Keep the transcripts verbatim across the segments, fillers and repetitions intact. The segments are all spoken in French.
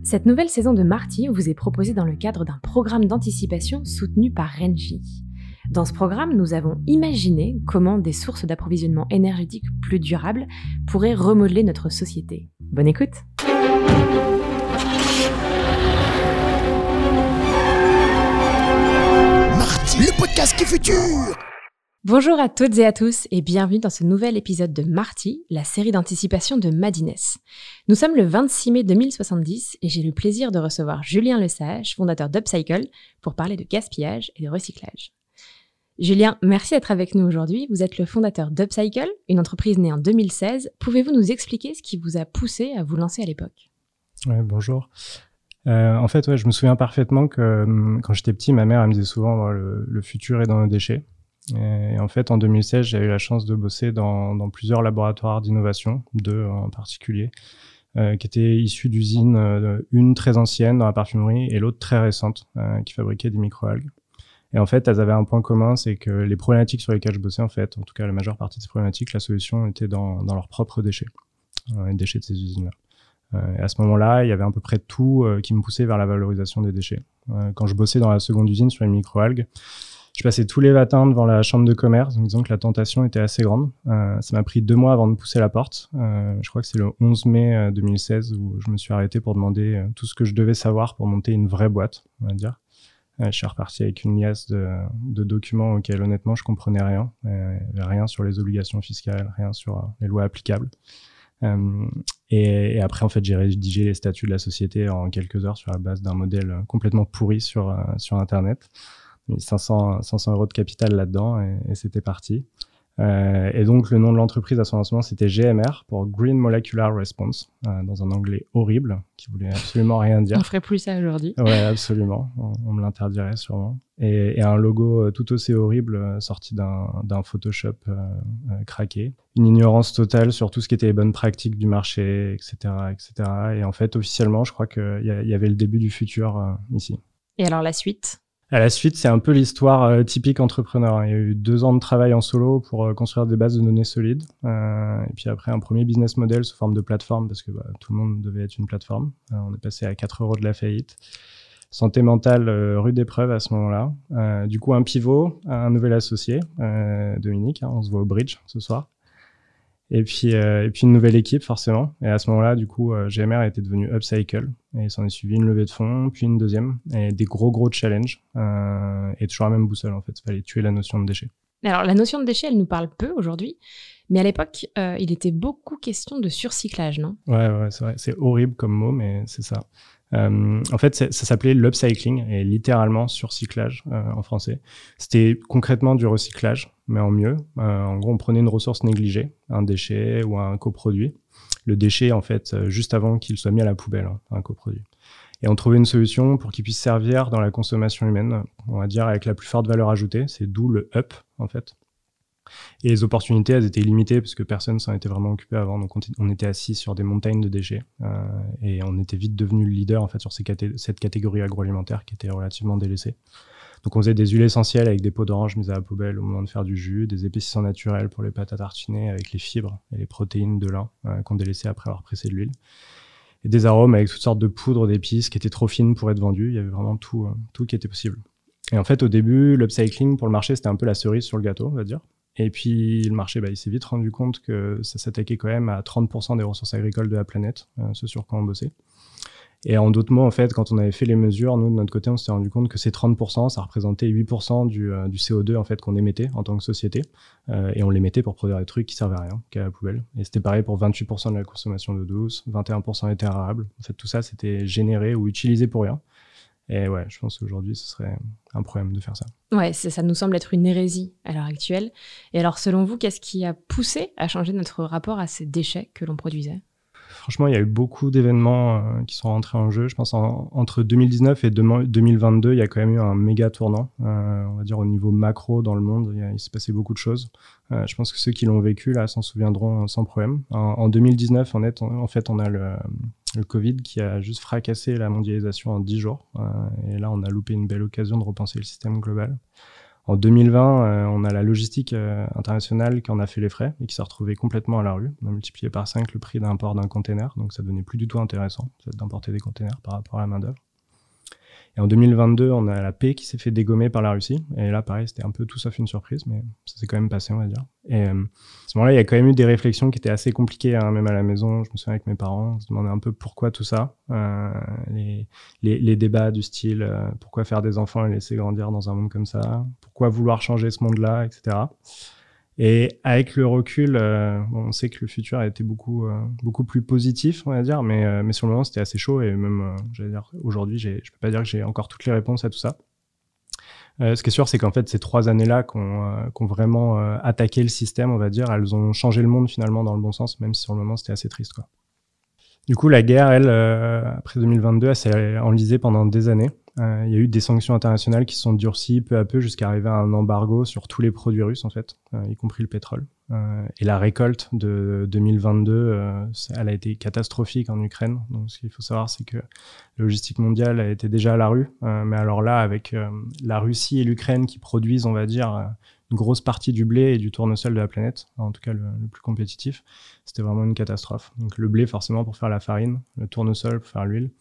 Cette nouvelle saison de Marty vous est proposée dans le cadre d'un programme d'anticipation soutenu par Renfi. Dans ce programme, nous avons imaginé comment des sources d'approvisionnement énergétique plus durables pourraient remodeler notre société. Bonne écoute! Marty, le podcast qui est futur! Bonjour à toutes et à tous et bienvenue dans ce nouvel épisode de Marty, la série d'anticipation de Madines. Nous sommes le vingt-six mai deux mille soixante-dix et j'ai le plaisir de recevoir Julien Lesage, fondateur d'Upcycle, pour parler de gaspillage et de recyclage. Julien, merci d'être avec nous aujourd'hui. Vous êtes le fondateur d'Upcycle, une entreprise née en deux mille seize. Pouvez-vous nous expliquer ce qui vous a poussé à vous lancer à l'époque ? Ouais, bonjour. Euh, en fait, ouais, je me souviens parfaitement que euh, quand j'étais petit, ma mère elle me disait souvent oh, le, le futur est dans nos déchets. Et en fait, en deux mille seize, j'ai eu la chance de bosser dans, dans plusieurs laboratoires d'innovation, deux en particulier, euh, qui étaient issus d'usines, euh, une très ancienne dans la parfumerie et l'autre très récente, euh, qui fabriquait des microalgues. Et en fait, elles avaient un point commun, c'est que les problématiques sur lesquelles je bossais, en fait, en tout cas la majeure partie de ces problématiques, la solution était dans, dans leurs propres déchets, euh, les déchets de ces usines-là. Euh, et à ce moment-là, il y avait à peu près tout euh, qui me poussait vers la valorisation des déchets. Euh, quand je bossais dans la seconde usine sur les microalgues, je passais tous les matins devant la chambre de commerce, en disant que la tentation était assez grande. Euh, ça m'a pris deux mois avant de pousser la porte. Euh, je crois que c'est le onze mai deux mille seize où je me suis arrêté pour demander euh, tout ce que je devais savoir pour monter une vraie boîte, on va dire. Euh, je suis reparti avec une liasse de, de documents auxquels honnêtement je comprenais rien. Euh, il n'y avait rien sur les obligations fiscales, rien sur euh, les lois applicables. Euh, et, et après, en fait, j'ai rédigé les statuts de la société en quelques heures sur la base d'un modèle complètement pourri sur, euh, sur Internet. cinq cents euros de capital là-dedans et, et c'était parti. Euh, et donc, le nom de l'entreprise à son lancement, c'était G M R pour Green Molecular Response, euh, dans un anglais horrible qui voulait absolument rien dire. On ferait plus ça aujourd'hui. Ouais, absolument. On, on me l'interdirait sûrement. Et, et un logo tout aussi horrible euh, sorti d'un, d'un Photoshop euh, euh, craqué. Une ignorance totale sur tout ce qui était les bonnes pratiques du marché, et cetera, et cetera. Et en fait, officiellement, je crois qu'il y, y avait le début du futur euh, ici. Et alors la suite ? À la suite, c'est un peu l'histoire euh, typique entrepreneur. Il y a eu deux ans de travail en solo pour euh, construire des bases de données solides. Euh, et puis après, un premier business model sous forme de plateforme, parce que bah, tout le monde devait être une plateforme. Euh, on est passé à quatre euros de la faillite. Santé mentale, euh, rude épreuve à ce moment-là. Euh, du coup, un pivot, un nouvel associé, euh, Dominique. Hein, on se voit au bridge ce soir. Et puis, euh, et puis une nouvelle équipe, forcément. Et à ce moment-là, du coup, euh, G M R était devenu Upcycle. Et s'en est suivi une levée de fonds, puis une deuxième. Et des gros, gros challenges. Euh, et toujours la même boussole, en fait. Il fallait tuer la notion de déchet. Alors, la notion de déchet, elle nous parle peu aujourd'hui. Mais à l'époque, euh, il était beaucoup question de surcyclage, non ? Ouais, ouais, c'est vrai. C'est horrible comme mot, mais c'est ça. Euh, en fait, ça s'appelait l'upcycling et littéralement surcyclage euh, en français. C'était concrètement du recyclage, mais en mieux. Euh, en gros, on prenait une ressource négligée, un déchet ou un coproduit. Le déchet, en fait, juste avant qu'il soit mis à la poubelle, hein, un coproduit. Et on trouvait une solution pour qu'il puisse servir dans la consommation humaine, on va dire avec la plus forte valeur ajoutée. C'est d'où le up, en fait. Et les opportunités, elles étaient limitées parce que personne s'en était vraiment occupé avant. Donc, on, t- on était assis sur des montagnes de déchets euh, et on était vite devenu le leader en fait sur ces caté- cette catégorie agroalimentaire qui était relativement délaissée. Donc, on faisait des huiles essentielles avec des peaux d'orange mises à la poubelle au moment de faire du jus, des épaississants naturels pour les pâtes à tartiner avec les fibres et les protéines de lin euh, qu'on délaissait après avoir pressé de l'huile. Et des arômes avec toutes sortes de poudres d'épices qui étaient trop fines pour être vendues. Il y avait vraiment tout, euh, tout qui était possible. Et en fait, au début, l'upcycling pour le marché, c'était un peu la cerise sur le gâteau, on va dire. Et puis, le marché, bah, il s'est vite rendu compte que ça s'attaquait quand même à trente pour cent des ressources agricoles de la planète, euh, ce sur quoi on bossait. Et en d'autres mots, en fait, quand on avait fait les mesures, nous, de notre côté, on s'est rendu compte que ces trente pour cent, ça représentait huit pour cent du, euh, du C O deux, en fait, qu'on émettait en tant que société. Euh, et on l'émettait pour produire des trucs qui servaient à rien, qu'à la poubelle. Et c'était pareil pour vingt-huit pour cent de la consommation d'eau douce, vingt et un pour cent était arable. En fait, tout ça, c'était généré ou utilisé pour rien. Et ouais, je pense qu'aujourd'hui, ce serait un problème de faire ça. Ouais, c'est, ça nous semble être une hérésie à l'heure actuelle. Et alors, selon vous, qu'est-ce qui a poussé à changer notre rapport à ces déchets que l'on produisait ? Franchement, il y a eu beaucoup d'événements euh, qui sont rentrés en jeu. Je pense en, entre deux mille dix-neuf et deux mille vingt-deux, il y a quand même eu un méga tournant. Euh, on va dire au niveau macro dans le monde, il, y a, il s'est passé beaucoup de choses. Euh, je pense que ceux qui l'ont vécu là s'en souviendront sans problème. En, en deux mille dix-neuf, en, est, en, en fait, on a le, le Covid qui a juste fracassé la mondialisation en dix jours. Euh, et là, on a loupé une belle occasion de repenser le système global. En deux mille vingt, euh, on a la logistique euh, internationale qui en a fait les frais et qui s'est retrouvée complètement à la rue. On a multiplié par cinq le prix d'un port d'un container, donc ça devenait plus du tout intéressant d'importer des containers par rapport à la main-d'œuvre. Et en deux mille vingt-deux, on a la paix qui s'est fait dégommer par la Russie. Et là, pareil, c'était un peu tout sauf une surprise, mais ça s'est quand même passé, on va dire. Et euh, à ce moment-là, il y a quand même eu des réflexions qui étaient assez compliquées, hein, même à la maison. Je me souviens avec mes parents, on se demandait un peu pourquoi tout ça. Euh, les, les, les débats du style euh, pourquoi faire des enfants et laisser grandir dans un monde comme ça, pourquoi vouloir changer ce monde-là, et cetera. Et avec le recul, euh, bon, on sait que le futur a été beaucoup, euh, beaucoup plus positif, on va dire, mais, euh, mais sur le moment, c'était assez chaud. Et même, euh, j'allais dire, aujourd'hui, j'ai, je peux pas dire que j'ai encore toutes les réponses à tout ça. Euh, ce qui est sûr, c'est qu'en fait, ces trois années-là qu'on euh, qu'on vraiment euh, attaqué le système, on va dire, elles ont changé le monde finalement dans le bon sens, même si sur le moment, c'était assez triste, quoi. Du coup, la guerre, elle, euh, après deux mille vingt-deux, elle s'est enlisée pendant des années. Euh, il y a eu des sanctions internationales qui se sont durcies peu à peu jusqu'à arriver à un embargo sur tous les produits russes, en fait, euh, y compris le pétrole. Euh, et la récolte de deux mille vingt-deux, euh, elle a été catastrophique en Ukraine. Donc, ce qu'il faut savoir, c'est que la logistique mondiale a été déjà à la rue. Euh, mais alors là, avec euh, la Russie et l'Ukraine qui produisent, on va dire, euh, une grosse partie du blé et du tournesol de la planète, en tout cas le, le plus compétitif, c'était vraiment une catastrophe. Donc le blé, forcément, pour faire la farine, le tournesol pour faire l'huile.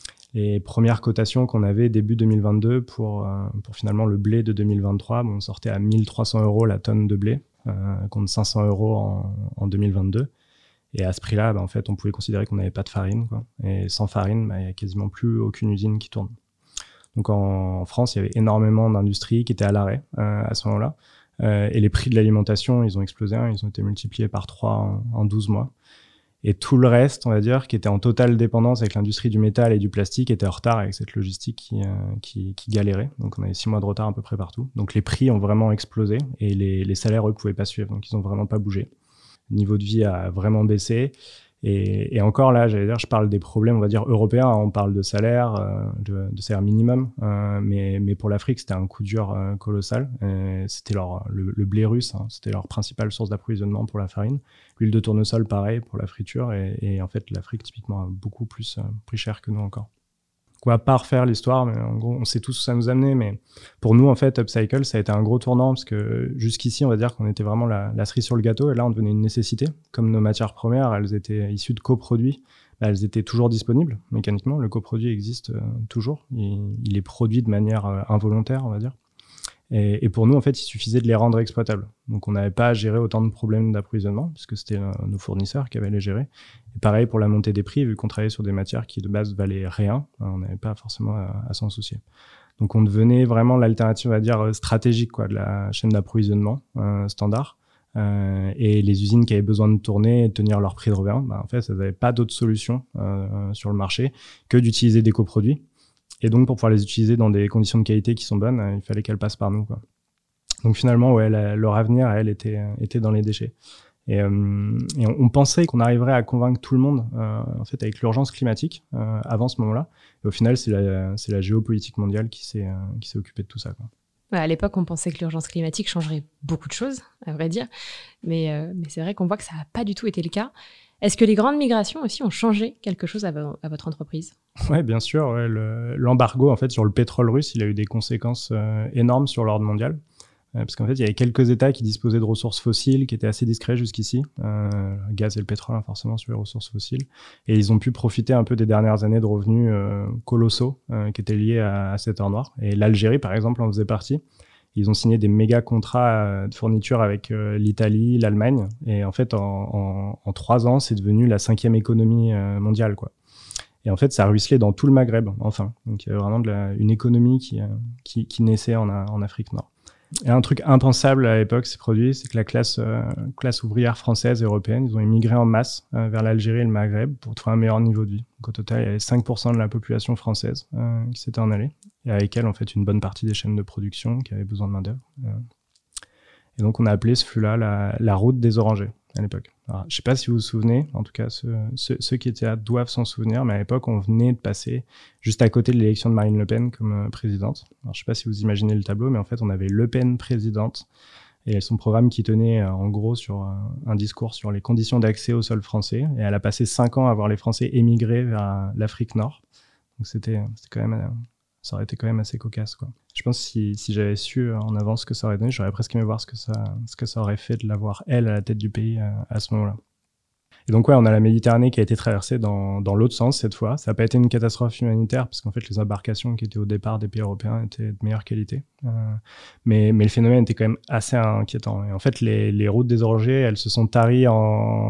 Les premières cotations qu'on avait début deux mille vingt-deux pour, euh, pour finalement le blé de deux mille vingt-trois, bon, on sortait à mille trois cents euros la tonne de blé, euh, contre cinq cents euros en, en deux mille vingt-deux. Et à ce prix-là, bah, en fait, on pouvait considérer qu'on n'avait pas de farine, quoi. Et sans farine, bah, il n'y a quasiment plus aucune usine qui tourne. Donc en, en France, il y avait énormément d'industries qui étaient à l'arrêt euh, à ce moment-là. Euh, et les prix de l'alimentation, ils ont explosé, hein, ils ont été multipliés par trois en, en douze mois. Et tout le reste, on va dire, qui était en totale dépendance avec l'industrie du métal et du plastique, était en retard avec cette logistique qui, euh, qui, qui galérait. Donc on avait six mois de retard à peu près partout. Donc les prix ont vraiment explosé et les, les salaires, eux, pouvaient pas suivre. Donc ils ont vraiment pas bougé. Le niveau de vie a vraiment baissé. Et, et encore là, j'allais dire, je parle des problèmes, on va dire, européens. On parle de salaire, euh, de, de salaire minimum. Euh, mais, mais pour l'Afrique, c'était un coup dur euh, colossal. Et c'était leur, le, le blé russe, hein, c'était leur principale source d'approvisionnement pour la farine. L'huile de tournesol, pareil, pour la friture. Et, et en fait, l'Afrique, typiquement, a beaucoup plus euh, pris cher que nous encore. On va pas refaire l'histoire, mais en gros, on sait tous où ça nous a amené. Mais pour nous, en fait, Upcycle, ça a été un gros tournant parce que jusqu'ici, on va dire qu'on était vraiment la, la cerise sur le gâteau. Et là, on devenait une nécessité. Comme nos matières premières, elles étaient issues de coproduits, bah, elles étaient toujours disponibles mécaniquement. Le coproduit existe euh, toujours. Il, il est produit de manière euh, involontaire, on va dire. Et, et pour nous, en fait, il suffisait de les rendre exploitables. Donc, on n'avait pas à gérer autant de problèmes d'approvisionnement, puisque c'était euh, nos fournisseurs qui avaient les gérer. Et pareil pour la montée des prix, vu qu'on travaillait sur des matières qui, de base, valaient rien, on n'avait pas forcément à, à s'en soucier. Donc, on devenait vraiment l'alternative, on va dire, stratégique, quoi, de la chaîne d'approvisionnement euh, standard. Euh, et les usines qui avaient besoin de tourner et de tenir leur prix de revient, bah, en fait, elles n'avaient pas d'autre solution euh, sur le marché que d'utiliser des coproduits. Et donc, pour pouvoir les utiliser dans des conditions de qualité qui sont bonnes, euh, il fallait qu'elles passent par nous, quoi. Donc, finalement, ouais, la, leur avenir, elle, était, était dans les déchets. Et, euh, et on, on pensait qu'on arriverait à convaincre tout le monde, euh, en fait, avec l'urgence climatique, euh, avant ce moment-là. Et au final, c'est la, c'est la géopolitique mondiale qui s'est, euh, qui s'est occupée de tout ça, quoi. Ouais, à l'époque, on pensait que l'urgence climatique changerait beaucoup de choses, à vrai dire. Mais, euh, mais c'est vrai qu'on voit que ça n'a pas du tout été le cas. Est-ce que les grandes migrations aussi ont changé quelque chose à, vo- à votre entreprise ? Ouais, bien sûr. Ouais, le, l'embargo en fait sur le pétrole russe, il a eu des conséquences euh, énormes sur l'ordre mondial, euh, parce qu'en fait, il y avait quelques États qui disposaient de ressources fossiles, qui étaient assez discrets jusqu'ici, euh, le gaz et le pétrole, hein, forcément sur les ressources fossiles, et ils ont pu profiter un peu des dernières années de revenus euh, colossaux euh, qui étaient liés à, à cet or noir. Et l'Algérie, par exemple, en faisait partie. Ils ont signé des méga contrats de fourniture avec euh, l'Italie, l'Allemagne. Et en fait, en, en, en trois ans, c'est devenu la cinquième économie euh, mondiale, quoi. Et en fait, ça a ruisselé dans tout le Maghreb, enfin. Donc, il y avait vraiment de la, une économie qui, euh, qui, qui naissait en, en Afrique Nord. Et un truc impensable à l'époque s'est produit, c'est que la classe, euh, classe ouvrière française et européenne, ils ont immigré en masse euh, vers l'Algérie et le Maghreb pour trouver un meilleur niveau de vie. Donc, au total, il y avait cinq pour cent de la population française euh, qui s'était en allée. Et avec elle, en fait, une bonne partie des chaînes de production qui avaient besoin de main-d'œuvre. Euh. Et donc, on a appelé ce flux-là la, la route des orangers à l'époque. Alors, je ne sais pas si vous vous souvenez, en tout cas, ceux, ceux, ceux qui étaient là doivent s'en souvenir, mais à l'époque, on venait de passer juste à côté de l'élection de Marine Le Pen comme euh, présidente. Alors, je ne sais pas si vous imaginez le tableau, mais en fait, on avait Le Pen présidente et son programme qui tenait euh, en gros sur euh, un discours sur les conditions d'accès au sol français. Et elle a passé cinq ans à voir les Français émigrer vers euh, l'Afrique Nord. Donc, c'était, c'était quand même... Euh, Ça aurait été quand même assez cocasse, quoi. Je pense que si, si j'avais su en avance ce que ça aurait donné, j'aurais presque aimé voir ce que ça, ce que ça aurait fait de l'avoir, elle, à la tête du pays à, à ce moment-là. Et donc, ouais, on a la Méditerranée qui a été traversée dans, dans l'autre sens cette fois. Ça n'a pas été une catastrophe humanitaire parce qu'en fait, les embarcations qui étaient au départ des pays européens étaient de meilleure qualité. Euh, mais, mais le phénomène était quand même assez inquiétant. Et en fait, les, les routes des orangers, elles se sont taries en,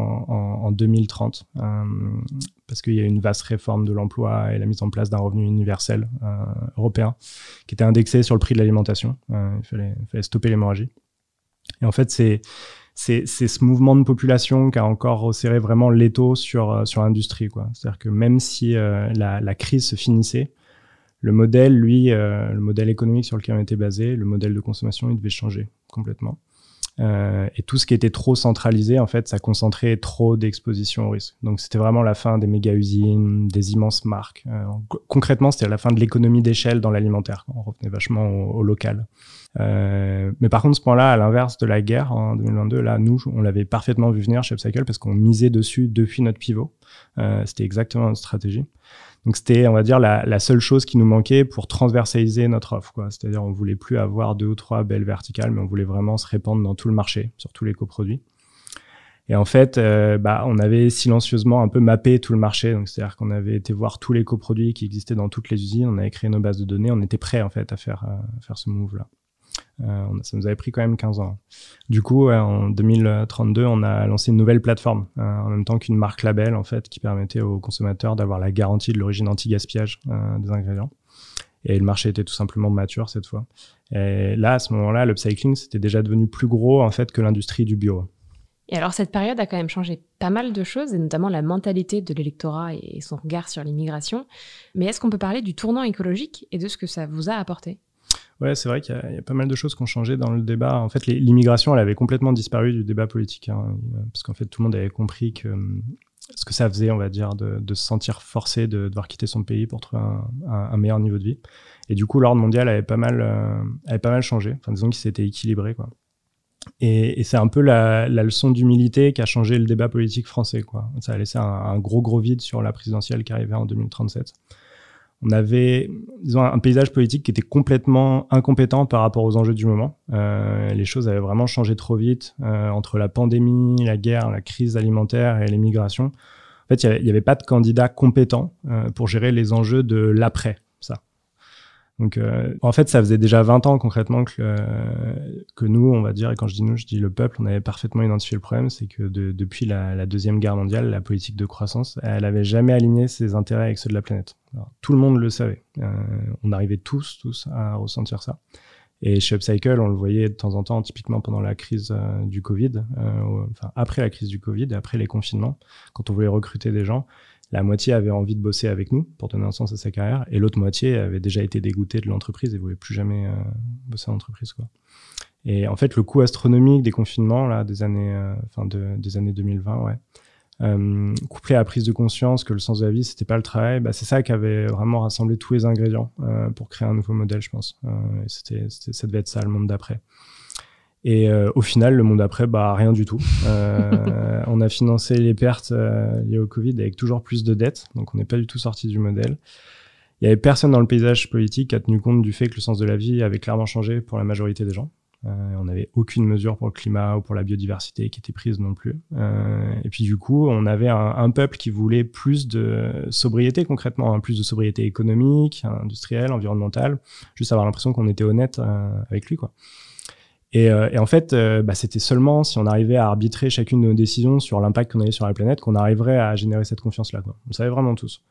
en, en deux mille trente euh, parce qu'il y a eu une vaste réforme de l'emploi et la mise en place d'un revenu universel euh, européen qui était indexé sur le prix de l'alimentation. Euh, il fallait, il fallait stopper l'hémorragie. Et en fait, c'est... C'est, c'est ce mouvement de population qui a encore resserré vraiment l'étau sur, sur l'industrie, quoi. C'est-à-dire que même si euh, la, la crise se finissait, le modèle, lui, euh, le modèle économique sur lequel on était basé, le modèle de consommation, il devait changer complètement. Euh, et tout ce qui était trop centralisé, en fait, ça concentrait trop d'exposition au risque. Donc, c'était vraiment la fin des méga-usines, des immenses marques. Euh, concrètement, c'était la fin de l'économie d'échelle dans l'alimentaire. On revenait vachement au, au local. Euh, mais par contre, ce point-là, à l'inverse de la guerre en deux mille vingt-deux, là, nous, on l'avait parfaitement vu venir chez Upcycle parce qu'on misait dessus depuis notre pivot. Euh, c'était exactement notre stratégie. Donc, c'était, on va dire, la, la seule chose qui nous manquait pour transversaliser notre offre, quoi. C'est-à-dire, on voulait plus avoir deux ou trois belles verticales, mais on voulait vraiment se répandre dans tout le marché, sur tous les coproduits. Et en fait, euh, bah, on avait silencieusement un peu mappé tout le marché. Donc, c'est-à-dire qu'on avait été voir tous les coproduits qui existaient dans toutes les usines. On avait créé nos bases de données. On était prêts, en fait, à faire, euh, à faire ce move-là. Euh, on a, ça nous avait pris quand même quinze ans. Du coup, ouais, en deux mille trente-deux, on a lancé une nouvelle plateforme, euh, en même temps qu'une marque label, en fait, qui permettait aux consommateurs d'avoir la garantie de l'origine anti-gaspillage euh, des ingrédients. Et le marché était tout simplement mature cette fois. Et là, à ce moment-là, l'upcycling, c'était déjà devenu plus gros, en fait, que l'industrie du bio. Et alors, cette période a quand même changé pas mal de choses, et notamment la mentalité de l'électorat et son regard sur l'immigration. Mais est-ce qu'on peut parler du tournant écologique et de ce que ça vous a apporté ? Ouais, c'est vrai qu'il y a, il y a pas mal de choses qui ont changé dans le débat. En fait, les, l'immigration, elle avait complètement disparu du débat politique, hein, parce qu'en fait, tout le monde avait compris que ce que ça faisait, on va dire, de, de se sentir forcé de devoir quitter son pays pour trouver un, un, un meilleur niveau de vie. Et du coup, l'ordre mondial avait pas mal, euh, avait pas mal changé. Enfin, disons qu'il s'était équilibré, quoi. Et, et c'est un peu la, la leçon d'humilité qui a changé le débat politique français, quoi. Ça a laissé un, un gros, gros vide sur la présidentielle qui arrivait en deux mille trente-sept. On avait, disons, un paysage politique qui était complètement incompétent par rapport aux enjeux du moment. Euh, les choses avaient vraiment changé trop vite euh, entre la pandémie, la guerre, la crise alimentaire et l'immigration. En fait, il n'y avait pas de candidat compétent euh, pour gérer les enjeux de l'après, ça. Donc, euh, en fait, ça faisait déjà vingt ans concrètement que, euh, que nous, on va dire, et quand je dis nous, je dis le peuple, on avait parfaitement identifié le problème, c'est que de, depuis la, la Deuxième Guerre mondiale, la politique de croissance, elle n'avait jamais aligné ses intérêts avec ceux de la planète. Alors, tout le monde le savait. Euh, on arrivait tous, tous à ressentir ça. Et chez Upcycle, on le voyait de temps en temps, typiquement pendant la crise euh, du Covid, euh, enfin après la crise du Covid et après les confinements, quand on voulait recruter des gens, la moitié avait envie de bosser avec nous pour donner un sens à sa carrière, et l'autre moitié avait déjà été dégoûtée de l'entreprise et voulait plus jamais euh, bosser en entreprise, quoi. Et en fait, le coût astronomique des confinements là, des années, euh, enfin de, des années deux mille vingt, ouais, euh, couplé à la prise de conscience que le sens de la vie, c'était pas le travail, bah, c'est ça qui avait vraiment rassemblé tous les ingrédients euh, pour créer un nouveau modèle, je pense. Euh, et c'était, c'était, ça devait être ça, le monde d'après. Et euh, au final, le monde d'après, bah, rien du tout. Euh, on a financé les pertes euh, liées au Covid avec toujours plus de dettes, donc on n'est pas du tout sorti du modèle. Il n'y avait personne dans le paysage politique qui a tenu compte du fait que le sens de la vie avait clairement changé pour la majorité des gens. Euh, on n'avait aucune mesure pour le climat ou pour la biodiversité qui était prise non plus. Euh, et puis du coup, on avait un, un peuple qui voulait plus de sobriété concrètement, hein, plus de sobriété économique, industrielle, environnementale, juste avoir l'impression qu'on était honnête euh, avec lui, quoi. Et, euh, et en fait, euh, bah, c'était seulement si on arrivait à arbitrer chacune de nos décisions sur l'impact qu'on avait sur la planète qu'on arriverait à générer cette confiance-là, quoi. On le savait vraiment tous.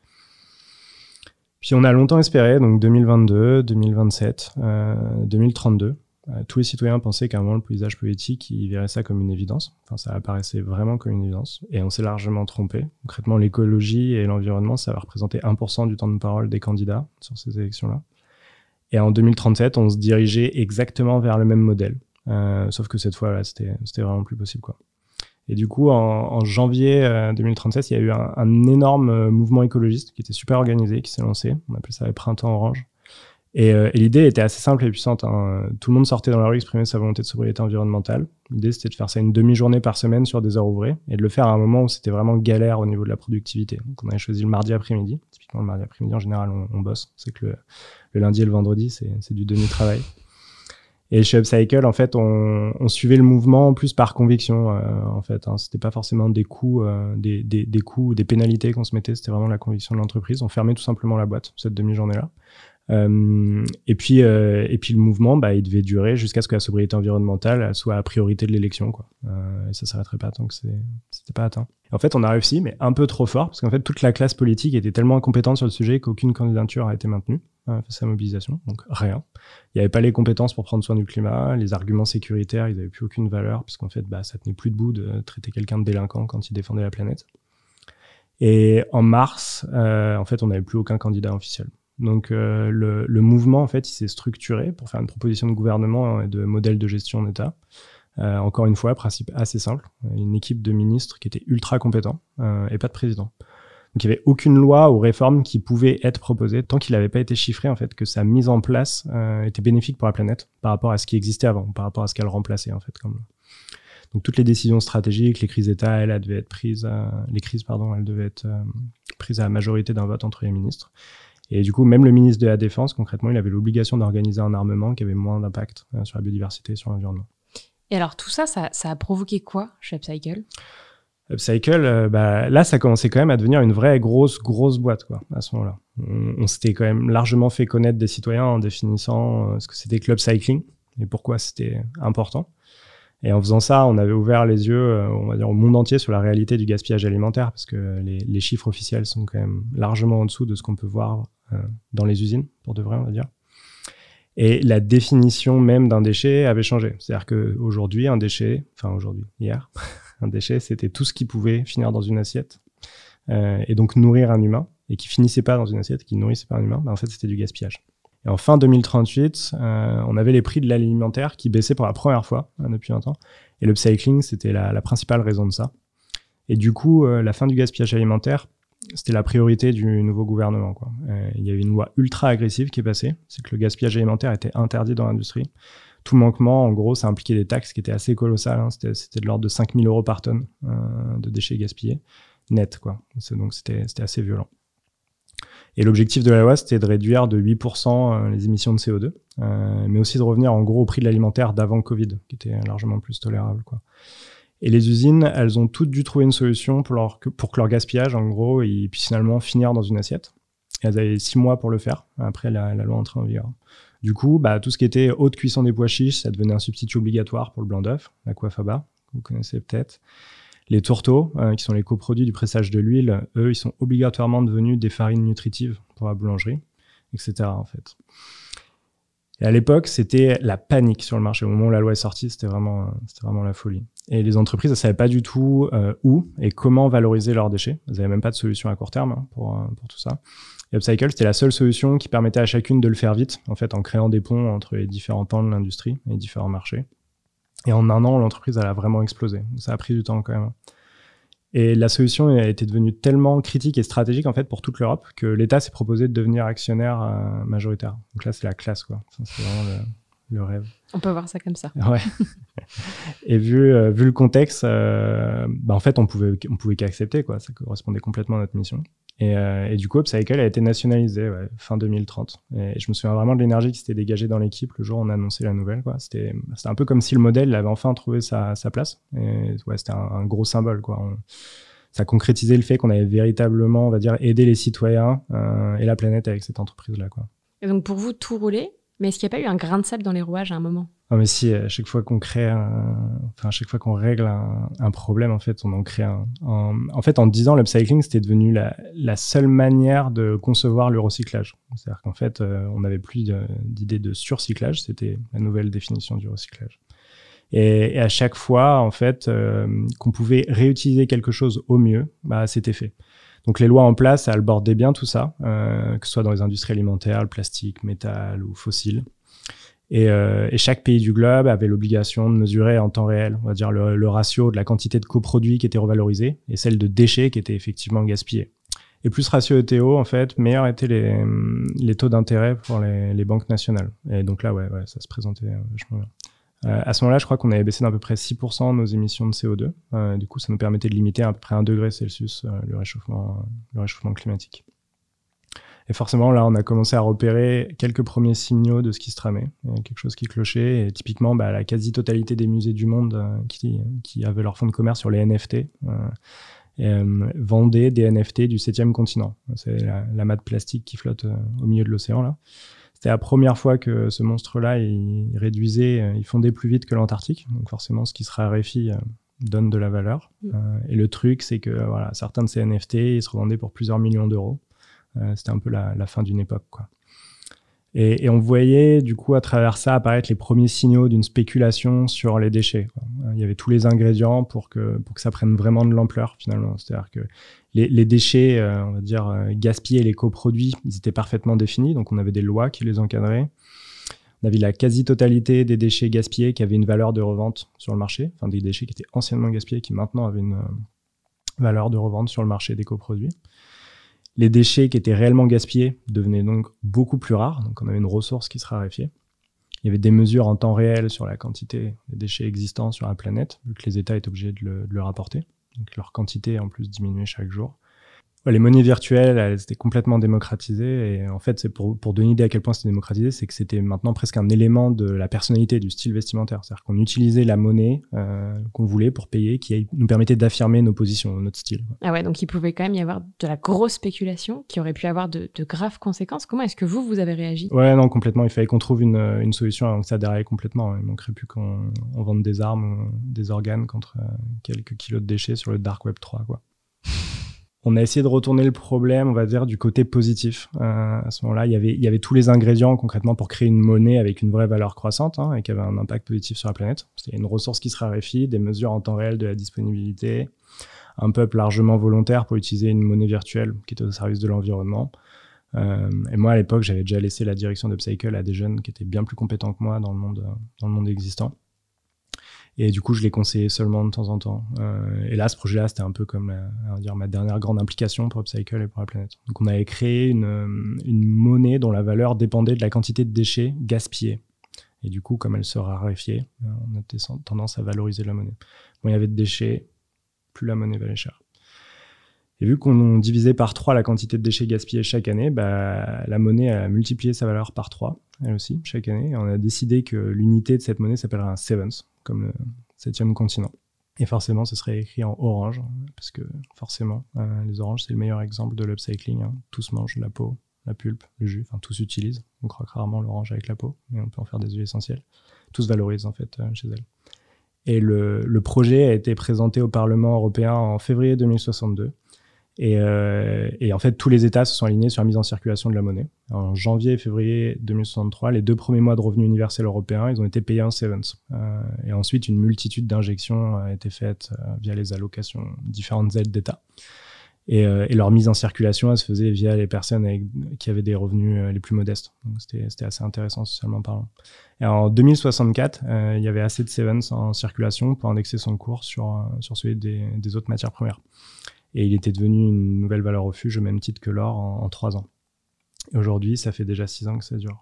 Puis on a longtemps espéré, donc deux mille vingt-deux, deux mille vingt-sept, euh, deux mille trente-deux. Euh, tous les citoyens pensaient qu'à un moment, le paysage politique, ils verraient ça comme une évidence. Enfin, ça apparaissait vraiment comme une évidence. Et on s'est largement trompé. Concrètement, l'écologie et l'environnement, ça va représenter un pour cent du temps de parole des candidats sur ces élections-là. Et en deux mille trente-sept, on se dirigeait exactement vers le même modèle. Euh, sauf que cette fois, là, c'était, c'était vraiment plus possible, quoi. Et du coup, en, en janvier euh, deux mille trente-sept, il y a eu un, un énorme euh, mouvement écologiste qui était super organisé, qui s'est lancé. On appelait ça le Printemps Orange. Et, euh, et l'idée était assez simple et puissante. Hein. Tout le monde sortait dans la rue exprimer sa volonté de sobriété environnementale. L'idée, c'était de faire ça une demi-journée par semaine sur des heures ouvrées et de le faire à un moment où c'était vraiment galère au niveau de la productivité. Donc, on avait choisi le mardi après-midi. Typiquement, le mardi après-midi, en général, on, on bosse. C'est que le, le lundi et le vendredi, c'est, c'est du demi-travail. Et chez Upcycle, en fait, on, on suivait le mouvement plus par conviction. Euh, en fait, hein. C'était pas forcément des coûts, euh, des, des, des coûts, des pénalités qu'on se mettait. C'était vraiment la conviction de l'entreprise. On fermait tout simplement la boîte cette demi-journée-là. Euh, et puis, euh, et puis le mouvement, bah, il devait durer jusqu'à ce que la sobriété environnementale soit à priorité de l'élection, quoi. Euh, et ça s'arrêterait pas tant que c'est, c'était pas atteint. Et en fait, on a réussi, mais un peu trop fort, parce qu'en fait, toute la classe politique était tellement incompétente sur le sujet qu'aucune candidature a été maintenue euh, face à la mobilisation. Donc rien. Il n'y avait pas les compétences pour prendre soin du climat, les arguments sécuritaires, ils n'avaient plus aucune valeur, puisqu'en fait, bah, ça tenait plus debout de traiter quelqu'un de délinquant quand il défendait la planète. Et en mars, euh, en fait, on n'avait plus aucun candidat officiel. Donc euh, le, le mouvement, en fait, il s'est structuré pour faire une proposition de gouvernement et de modèle de gestion d'État. Euh, encore une fois, principe assez simple, une équipe de ministres qui était ultra compétents euh, et pas de président. Donc il n'y avait aucune loi ou réforme qui pouvait être proposée tant qu'il n'avait pas été chiffré, en fait, que sa mise en place euh, était bénéfique pour la planète par rapport à ce qui existait avant, par rapport à ce qu'elle remplaçait, en fait. Comme... Donc toutes les décisions stratégiques, les crises d'État, elles, elles devaient être prises, euh, les crises, pardon, elles devaient être euh, prises à la majorité d'un vote entre les ministres. Et du coup, même le ministre de la Défense, concrètement, il avait l'obligation d'organiser un armement qui avait moins d'impact euh, sur la biodiversité et sur l'environnement. Et alors, tout ça, ça, ça a provoqué quoi chez Upcycle ? Upcycle, euh, bah, là, ça commençait quand même à devenir une vraie grosse, grosse boîte, quoi, à ce moment-là. On, on s'était quand même largement fait connaître des citoyens en définissant euh, ce que c'était que l'upcycling et pourquoi c'était important. Et en faisant ça, on avait ouvert les yeux, euh, on va dire, au monde entier sur la réalité du gaspillage alimentaire, parce que les, les chiffres officiels sont quand même largement en dessous de ce qu'on peut voir euh, dans les usines, pour de vrai, on va dire. Et la définition même d'un déchet avait changé. C'est-à-dire qu'aujourd'hui, un déchet, enfin aujourd'hui, hier, un déchet, c'était tout ce qui pouvait finir dans une assiette euh, et donc nourrir un humain, et qui finissait pas dans une assiette, qui nourrissait pas un humain, ben en fait, c'était du gaspillage. Et en fin deux mille trente-huit, euh, on avait les prix de l'alimentaire qui baissaient pour la première fois hein, depuis un temps. Et l'upcycling, c'était la, la principale raison de ça. Et du coup, euh, la fin du gaspillage alimentaire, c'était la priorité du nouveau gouvernement, quoi. Euh, il y a eu une loi ultra agressive qui est passée. C'est que le gaspillage alimentaire était interdit dans l'industrie. Tout manquement, en gros, ça impliquait des taxes qui étaient assez colossales. Hein. C'était, c'était de l'ordre de cinq mille euros par tonne euh, de déchets gaspillés, net, quoi. C'est, donc, c'était, c'était assez violent. Et l'objectif de la loi, c'était de réduire de huit pour cent les émissions de C O deux, euh, mais aussi de revenir en gros au prix de l'alimentaire d'avant Covid, qui était largement plus tolérable, quoi. Et les usines, elles ont toutes dû trouver une solution pour, leur, pour que leur gaspillage, en gros, il puisse finalement finir dans une assiette. Et elles avaient six mois pour le faire, après la, la loi entrée en vigueur. Du coup, bah, tout ce qui était haute cuisson des pois chiches, ça devenait un substitut obligatoire pour le blanc d'œuf, l'Aquafaba, que vous connaissez peut-être. Les tourteaux, euh, qui sont les coproduits du pressage de l'huile, eux, ils sont obligatoirement devenus des farines nutritives pour la boulangerie, et cetera en fait. Et à l'époque, c'était la panique sur le marché. Au moment où la loi est sortie, c'était vraiment, euh, c'était vraiment la folie. Et les entreprises, elles ne savaient pas du tout euh, où et comment valoriser leurs déchets. Elles n'avaient même pas de solution à court terme hein, pour, euh, pour tout ça. Et Upcycle, c'était la seule solution qui permettait à chacune de le faire vite, en fait, en créant des ponts entre les différents pans de l'industrie et les différents marchés. Et en un an, l'entreprise, elle a vraiment explosé. Ça a pris du temps quand même. Et la solution a été devenue tellement critique et stratégique en fait pour toute l'Europe que l'État s'est proposé de devenir actionnaire euh, majoritaire. Donc là, c'est la classe, quoi. Ça, c'est vraiment le, le rêve. On peut voir ça comme ça. Ouais. Et vu, euh, vu le contexte, euh, bah, en fait, on pouvait, on pouvait qu'accepter, quoi. Ça correspondait complètement à notre mission. Et, euh, et du coup, Upcycle a été nationalisé ouais, fin deux mille trente. Et, et je me souviens vraiment de l'énergie qui s'était dégagée dans l'équipe le jour où on a annoncé la nouvelle, quoi. C'était, c'était un peu comme si le modèle avait enfin trouvé sa, sa place. Et ouais, c'était un, un gros symbole, quoi. On, ça concrétisait le fait qu'on avait véritablement, on va dire, aidé les citoyens euh, et la planète avec cette entreprise-là, quoi. Et donc pour vous, tout roulait, mais est-ce qu'il n'y a pas eu un grain de sable dans les rouages à un moment ? Non mais si, à chaque fois qu'on crée, un, enfin à chaque fois qu'on règle un, un problème, en fait, on en crée un. En, en fait, en dix ans, l'upcycling, c'était devenu la, la seule manière de concevoir le recyclage. C'est-à-dire qu'en fait, euh, on n'avait plus de, d'idée de surcyclage, c'était la nouvelle définition du recyclage. Et, et à chaque fois, en fait, euh, qu'on pouvait réutiliser quelque chose au mieux, bah, c'était fait. Donc les lois en place, elles bordaient bien tout ça, euh, que ce soit dans les industries alimentaires, le plastique, métal ou fossile. Et, euh, et chaque pays du globe avait l'obligation de mesurer en temps réel, on va dire, le, le ratio de la quantité de coproduits qui était revalorisé et celle de déchets qui étaient effectivement gaspillés. Et plus ratio E T O, en fait, meilleurs étaient les, les taux d'intérêt pour les, les banques nationales. Et donc là, ouais, ouais ça se présentait vachement bien. Euh, à ce moment-là, je crois qu'on avait baissé d'à peu près six pour cent nos émissions de C O deux. Euh, du coup, ça nous permettait de limiter à peu près un degré Celsius euh, le, réchauffement, euh, le réchauffement climatique. Et forcément, là, on a commencé à repérer quelques premiers signaux de ce qui se tramait. Il y a quelque chose qui clochait. Et typiquement, bah, la quasi-totalité des musées du monde euh, qui, qui avaient leur fonds de commerce sur les N F T euh, et, euh, vendaient des N F T du septième continent. C'est la, la masse de plastique qui flotte euh, au milieu de l'océan, là. C'était la première fois que ce monstre-là, il réduisait, il fondait plus vite que l'Antarctique. Donc forcément, ce qui se raréfie euh, donne de la valeur. Mmh. Euh, et le truc, c'est que voilà, certains de ces N F T, ils se revendaient pour plusieurs millions d'euros. Euh, c'était un peu la, la fin d'une époque, quoi. Et, et on voyait, du coup, à travers ça, apparaître les premiers signaux d'une spéculation sur les déchets, quoi. Il y avait tous les ingrédients pour que, pour que ça prenne vraiment de l'ampleur, finalement. C'est-à-dire que les, les déchets, euh, on va dire, euh, gaspillés, les coproduits, ils étaient parfaitement définis. Donc, on avait des lois qui les encadraient. On avait la quasi-totalité des déchets gaspillés qui avaient une valeur de revente sur le marché. Enfin, des déchets qui étaient anciennement gaspillés, qui maintenant avaient une euh, valeur de revente sur le marché des coproduits. Les déchets qui étaient réellement gaspillés devenaient donc beaucoup plus rares. Donc, on avait une ressource qui se raréfiait. Il y avait des mesures en temps réel sur la quantité des déchets existants sur la planète, vu que les États étaient obligés de le, de le rapporter. Donc, leur quantité, en plus, diminuait chaque jour. Ouais, les monnaies virtuelles, elles étaient complètement démocratisées. Et en fait, c'est pour, pour donner une idée à quel point c'était démocratisé, c'est que c'était maintenant presque un élément de la personnalité, du style vestimentaire. C'est-à-dire qu'on utilisait la monnaie euh, qu'on voulait pour payer, qui nous permettait d'affirmer nos positions, notre style. Ah ouais, donc il pouvait quand même y avoir de la grosse spéculation qui aurait pu avoir de, de graves conséquences. Comment est-ce que vous, vous avez réagi ? Ouais, non, complètement. Il fallait qu'on trouve une, une solution avant que ça déraille complètement. Il ne manquerait plus qu'on on vende des armes ou des organes contre euh, quelques kilos de déchets sur le Dark Web trois, quoi. On a essayé de retourner le problème, on va dire, du côté positif. Euh, à ce moment-là, il y avait, il y avait tous les ingrédients concrètement pour créer une monnaie avec une vraie valeur croissante, hein, et qui avait un impact positif sur la planète. C'était une ressource qui se raréfie, des mesures en temps réel de la disponibilité, un peuple largement volontaire pour utiliser une monnaie virtuelle qui était au service de l'environnement. Euh, et moi, à l'époque, j'avais déjà laissé la direction d'Upcycle à des jeunes qui étaient bien plus compétents que moi dans le monde, dans le monde existant. Et du coup, je les conseillais seulement de temps en temps. Euh, et là, ce projet-là, c'était un peu comme la, on va dire, ma dernière grande implication pour Upcycle et pour la planète. Donc, on avait créé une, une monnaie dont la valeur dépendait de la quantité de déchets gaspillés. Et du coup, comme elle se raréfiait, on a tendance à valoriser la monnaie. Moins il y avait de déchets, plus la monnaie valait cher. Et vu qu'on divisait par trois la quantité de déchets gaspillés chaque année, bah, la monnaie a multiplié sa valeur par trois, elle aussi, chaque année. Et on a décidé que l'unité de cette monnaie s'appellerait un Sevens, comme le septième continent. Et forcément, ce serait écrit en orange, parce que forcément, euh, les oranges, c'est le meilleur exemple de l'upcycling, hein. Tous mangent la peau, la pulpe, le jus, enfin tous utilisent. On croque rarement l'orange avec la peau, mais on peut en faire des huiles essentielles. Tous valorisent en fait euh, chez elles. Et le, le projet a été présenté au Parlement européen en février deux mille soixante-deux. Et, euh, et en fait, tous les États se sont alignés sur la mise en circulation de la monnaie. En janvier et février deux mille soixante-trois, les deux premiers mois de revenus universels européens, ils ont été payés en Sevens. Euh, et ensuite, une multitude d'injections a été faite euh, via les allocations, différentes aides d'État. Et, euh, et leur mise en circulation, elle se faisait via les personnes avec, qui avaient des revenus euh, les plus modestes. Donc, c'était, c'était assez intéressant socialement parlant. Et en deux mille soixante-quatre, euh, il y avait assez de Sevens en circulation pour indexer son cours sur, euh, sur celui des, des autres matières premières. Et il était devenu une nouvelle valeur refuge au même titre que l'or en, en trois ans. Et aujourd'hui, ça fait déjà six ans que ça dure.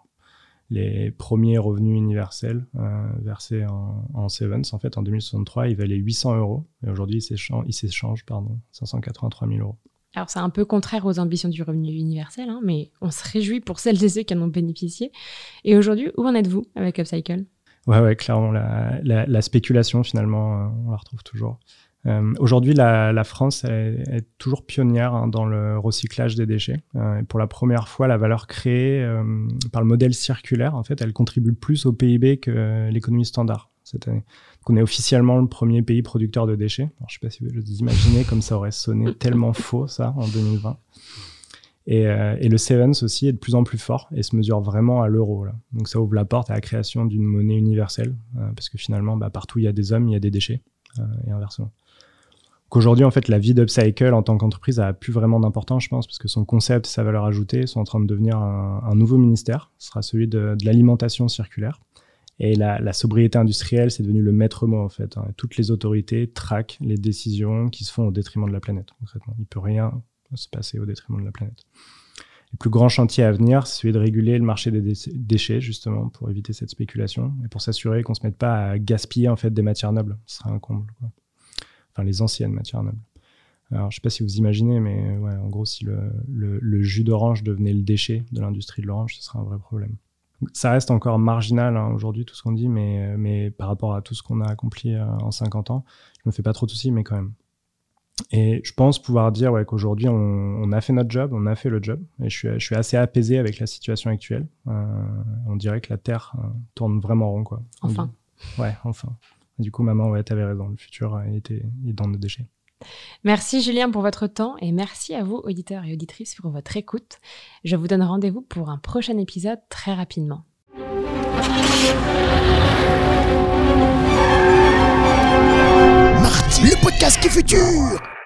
Les premiers revenus universels euh, versés en, en Sevens, en fait, en deux mille soixante-trois, ils valaient huit cents euros. Et aujourd'hui, ils s'échangent, ils s'échangent pardon, cinq cent quatre-vingt-trois mille euros. Alors, c'est un peu contraire aux ambitions du revenu universel, hein, mais on se réjouit pour celles et ceux qui en ont bénéficié. Et aujourd'hui, où en êtes-vous avec Upcycle ? Ouais, ouais, clairement, la, la, la spéculation, finalement, euh, on la retrouve toujours. Euh, aujourd'hui, la, la France est, est toujours pionnière, hein, dans le recyclage des déchets. Euh, et pour la première fois, la valeur créée euh, par le modèle circulaire, en fait, elle contribue plus au P I B que euh, l'économie standard cette année. Donc, on est officiellement le premier pays producteur de déchets. Alors, je ne sais pas si vous imaginez comme ça aurait sonné tellement faux, ça, en deux mille vingt. Et, euh, et le Sevens aussi est de plus en plus fort et se mesure vraiment à l'euro, là. Donc, ça ouvre la porte à la création d'une monnaie universelle, euh, parce que finalement, bah, partout où il y a des hommes, il y a des déchets, euh, et inversement. Qu'aujourd'hui, en fait, la vie d'Upcycle en tant qu'entreprise a plus vraiment d'importance, je pense, parce que son concept et sa valeur ajoutée sont en train de devenir un, un nouveau ministère. Ce sera celui de, de l'alimentation circulaire. Et la, la sobriété industrielle, c'est devenu le maître mot, en fait, hein. Toutes les autorités traquent les décisions qui se font au détriment de la planète, concrètement. Il peut rien, se passer au détriment de la planète. Le plus grand chantier à venir, c'est celui de réguler le marché des dé- déchets, justement, pour éviter cette spéculation et pour s'assurer qu'on ne se mette pas à gaspiller en fait, des matières nobles. Ce serait un comble, quoi. Enfin, les anciennes matières nobles. Alors, je ne sais pas si vous imaginez, mais ouais, en gros, si le, le, le jus d'orange devenait le déchet de l'industrie de l'orange, ce serait un vrai problème. Ça reste encore marginal hein, aujourd'hui, tout ce qu'on dit, mais, mais par rapport à tout ce qu'on a accompli euh, en cinquante ans, je ne me fais pas trop de soucis, mais quand même. Et je pense pouvoir dire ouais, qu'aujourd'hui, on, on a fait notre job, on a fait le job, et je suis, je suis assez apaisé avec la situation actuelle. Euh, on dirait que la Terre euh, tourne vraiment rond, quoi. Enfin. Dit, ouais, enfin. Du coup, maman, ouais, t'avais raison, le futur il était, il est dans nos déchets. Merci Julien pour votre temps et merci à vous auditeurs et auditrices pour votre écoute. Je vous donne rendez-vous pour un prochain épisode très rapidement. Marty, le podcast qui est futur.